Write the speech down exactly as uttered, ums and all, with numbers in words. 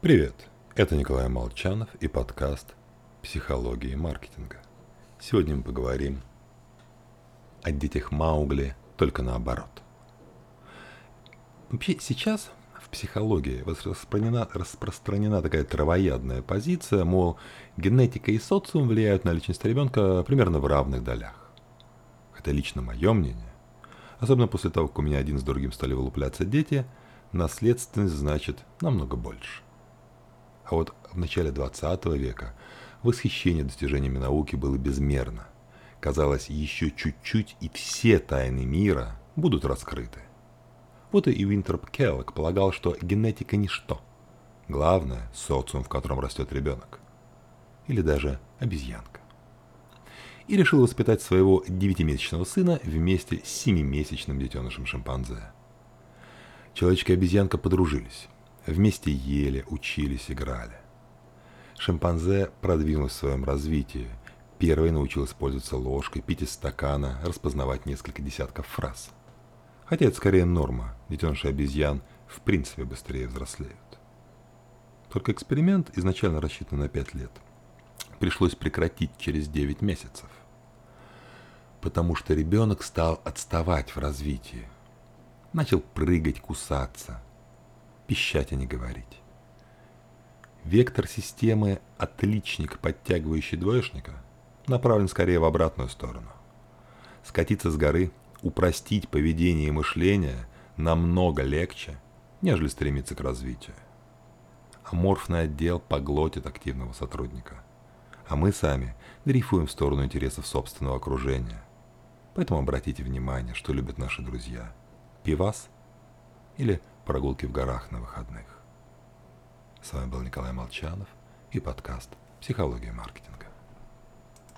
Привет, это Николай Молчанов и подкаст «Психология маркетинга». Сегодня мы поговорим о детях Маугли, только наоборот. Вообще сейчас в психологии распространена, распространена такая травоядная позиция, мол, генетика и социум влияют на личность ребенка примерно в равных долях. Хотя лично мое мнение, особенно после того, как у меня один с другим стали вылупляться дети, наследственность значит намного больше. А вот в начале двадцатого века восхищение достижениями науки было безмерно. Казалось, еще чуть-чуть, и все тайны мира будут раскрыты. Вот и Винтроп Келлог полагал, что генетика – ничто. Главное – социум, в котором растет ребенок. Или даже обезьянка. И решил воспитать своего девятимесячного сына вместе с семимесячным детенышем шимпанзе. Человечек и обезьянка подружились. Вместе ели, учились, играли. Шимпанзе продвинулась в своем развитии. Первой научилась пользоваться ложкой, пить из стакана, распознавать несколько десятков фраз. Хотя это скорее норма, детеныши обезьян в принципе быстрее взрослеют. Только эксперимент, изначально рассчитан на пять лет, пришлось прекратить через девять месяцев. Потому что ребенок стал отставать в развитии. Начал прыгать, кусаться, пищать, а не говорить. Вектор системы «отличник, подтягивающий двоечника» направлен скорее в обратную сторону. Скатиться с горы, упростить поведение и мышление намного легче, нежели стремиться к развитию. Аморфный отдел поглотит активного сотрудника, а мы сами дрейфуем в сторону интересов собственного окружения. Поэтому обратите внимание, что любят наши друзья. Пивас или прогулки в горах на выходных. С вами был Николай Молчанов и подкаст «Психология маркетинга».